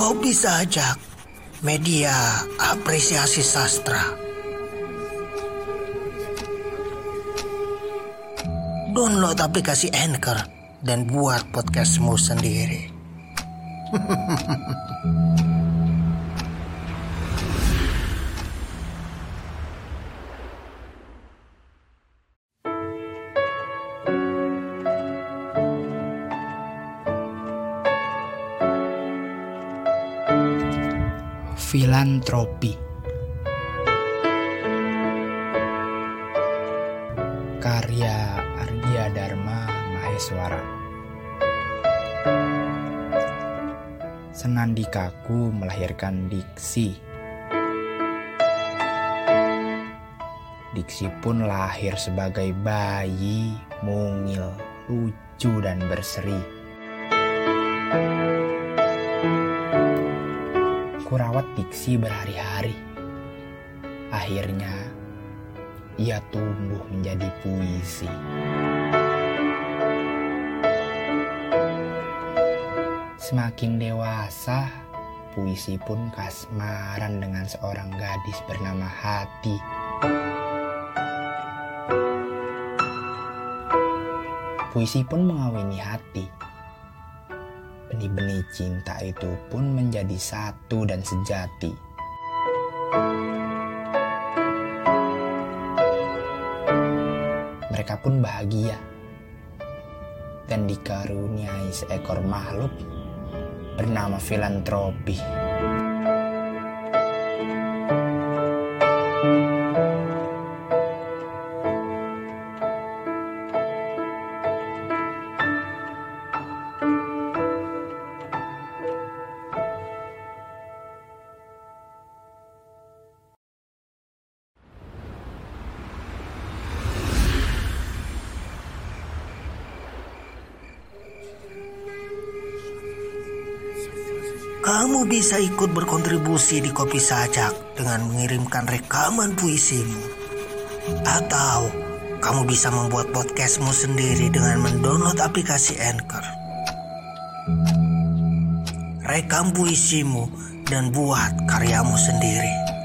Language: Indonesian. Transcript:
Kopi Sajak, media apresiasi sastra. Download aplikasi Anchor dan buat podcastmu sendiri. Filantropi karya Argia Dharma Maheswara. Senandikaku melahirkan diksi. Diksi pun lahir sebagai bayi, mungil, lucu dan berseri. Kurawat diksi berhari-hari. Akhirnya, ia tumbuh menjadi puisi. Semakin dewasa, puisi pun kasmaran dengan seorang gadis bernama Hati. Puisi pun mengawini hati. Benih-benih cinta itu pun menjadi satu dan sejati. Mereka pun bahagia dan dikaruniai seekor makhluk bernama filantropi. Kamu bisa ikut berkontribusi di Kopi Sajak dengan mengirimkan rekaman puisimu. Atau kamu bisa membuat podcastmu sendiri dengan mendownload aplikasi Anchor. Rekam puisimu dan buat karyamu sendiri.